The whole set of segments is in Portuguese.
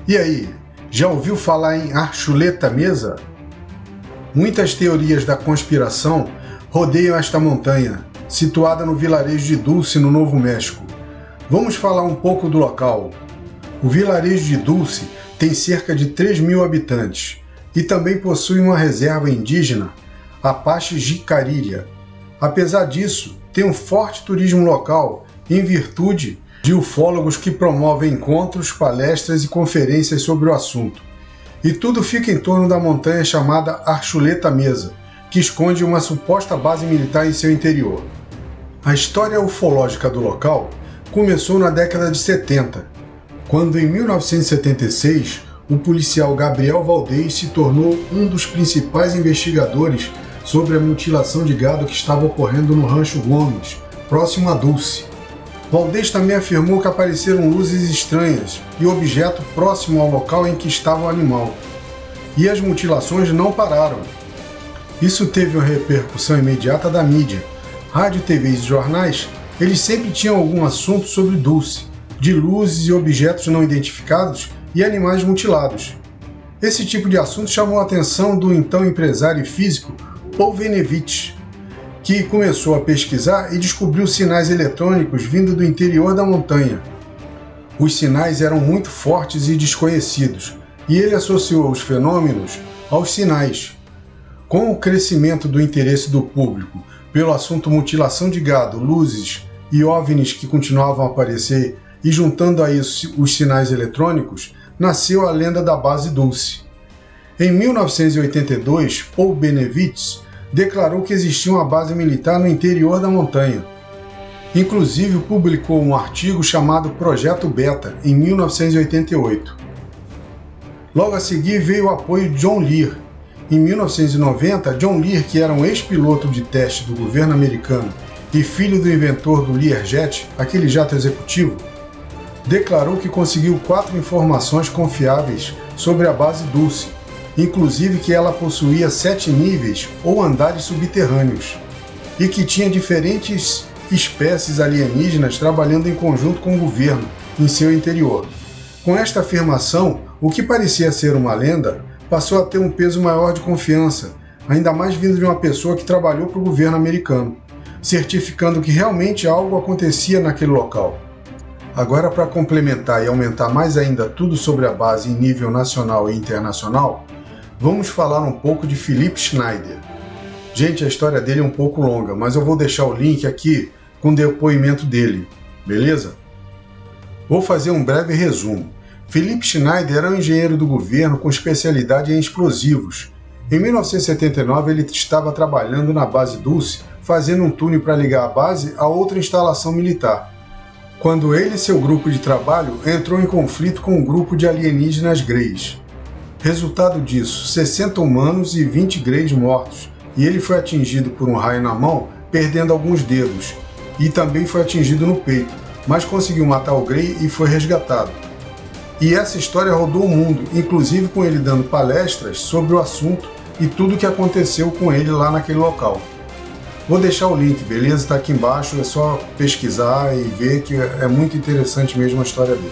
E aí, já ouviu falar em Archuleta Mesa? Muitas teorias da conspiração rodeiam esta montanha, situada no vilarejo de Dulce, no Novo México. Vamos falar um pouco do local. O vilarejo de Dulce tem cerca de 3.000 habitantes e também possui uma reserva indígena, Apache Jicarilla. Apesar disso, tem um forte turismo local em virtude de ufólogos que promovem encontros, palestras e conferências sobre o assunto. E tudo fica em torno da montanha chamada Archuleta Mesa, que esconde uma suposta base militar em seu interior. A história ufológica do local começou na década de 70, quando em 1976 o policial Gabriel Valdez se tornou um dos principais investigadores sobre a mutilação de gado que estava ocorrendo no Rancho Gomes, próximo a Dulce. Valdez também afirmou que apareceram luzes estranhas e objetos próximo ao local em que estava o animal. E as mutilações não pararam. Isso teve uma repercussão imediata da mídia. Rádio, TV e jornais, eles sempre tinham algum assunto sobre Dulce, de luzes e objetos não identificados e animais mutilados. Esse tipo de assunto chamou a atenção do então empresário e físico Paul Venevich, que começou a pesquisar e descobriu sinais eletrônicos vindo do interior da montanha. Os sinais eram muito fortes e desconhecidos, e ele associou os fenômenos aos sinais. Com o crescimento do interesse do público pelo assunto mutilação de gado, luzes e OVNIs que continuavam a aparecer, e juntando a isso os sinais eletrônicos, nasceu a lenda da base Dulce. Em 1982, Paul Venevich declarou que existia uma base militar no interior da montanha. Inclusive, publicou um artigo chamado Projeto Beta, em 1988. Logo a seguir veio o apoio de John Lear. Em 1990, John Lear, que era um ex-piloto de teste do governo americano e filho do inventor do Learjet, aquele jato executivo, declarou que conseguiu 4 informações confiáveis sobre a base Dulce, inclusive que ela possuía 7 níveis ou andares subterrâneos, e que tinha diferentes espécies alienígenas trabalhando em conjunto com o governo em seu interior. Com esta afirmação, o que parecia ser uma lenda passou a ter um peso maior de confiança, ainda mais vindo de uma pessoa que trabalhou para o governo americano, certificando que realmente algo acontecia naquele local. Agora, para complementar e aumentar mais ainda tudo sobre a base em nível nacional e internacional, vamos falar um pouco de Philipp Schneider. Gente, a história dele é um pouco longa, mas eu vou deixar o link aqui com o depoimento dele, beleza? Vou fazer um breve resumo. Philipp Schneider era um engenheiro do governo com especialidade em explosivos. Em 1979, ele estava trabalhando na base Dulce, fazendo um túnel para ligar a base a outra instalação militar, quando ele e seu grupo de trabalho entrou em conflito com um grupo de alienígenas greys. Resultado disso, 60 humanos e 20 greys mortos, e ele foi atingido por um raio na mão, perdendo alguns dedos, e também foi atingido no peito, mas conseguiu matar o grey e foi resgatado. E essa história rodou o mundo, inclusive com ele dando palestras sobre o assunto e tudo o que aconteceu com ele lá naquele local. Vou deixar o link, beleza? Está aqui embaixo, é só pesquisar e ver que é muito interessante mesmo a história dele.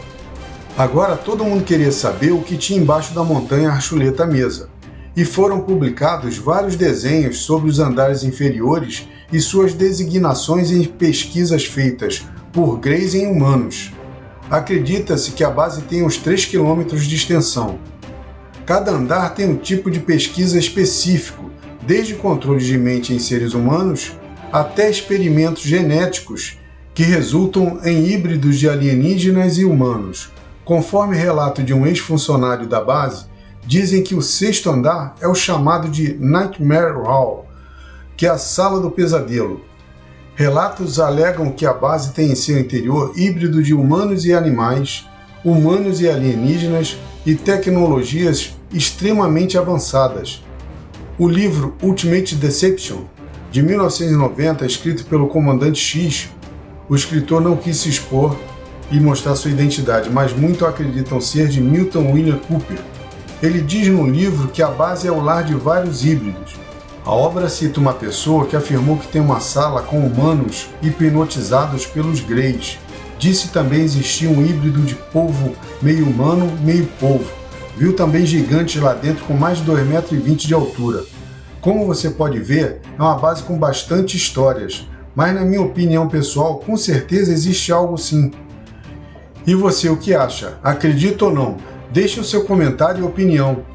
Agora todo mundo queria saber o que tinha embaixo da montanha Archuleta Mesa, e foram publicados vários desenhos sobre os andares inferiores e suas designações em pesquisas feitas por greys em humanos. Acredita-se que a base tem uns 3 km de extensão. Cada andar tem um tipo de pesquisa específico, desde controle de mente em seres humanos até experimentos genéticos que resultam em híbridos de alienígenas e humanos. Conforme relato de um ex-funcionário da base, dizem que o 6º andar é o chamado de Nightmare Hall, que é a sala do pesadelo. Relatos alegam que a base tem em seu interior híbrido de humanos e animais, humanos e alienígenas e tecnologias extremamente avançadas. O livro Ultimate Deception, de 1990, escrito pelo Comandante X, o escritor não quis se expor e mostrar sua identidade, mas muitos acreditam ser de Milton William Cooper. Ele diz no livro que a base é o lar de vários híbridos. A obra cita uma pessoa que afirmou que tem uma sala com humanos hipnotizados pelos greys, Disse também existir um híbrido de polvo meio humano, meio polvo. Viu também gigantes lá dentro com mais de 2,20 m de altura. Como você pode ver, é uma base com bastante histórias, mas na minha opinião pessoal, com certeza existe algo sim. E você, o que acha? Acredita ou não? Deixe o seu comentário e opinião.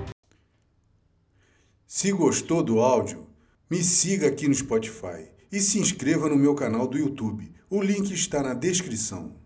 Se gostou do áudio, me siga aqui no Spotify e se inscreva no meu canal do YouTube. O link está na descrição.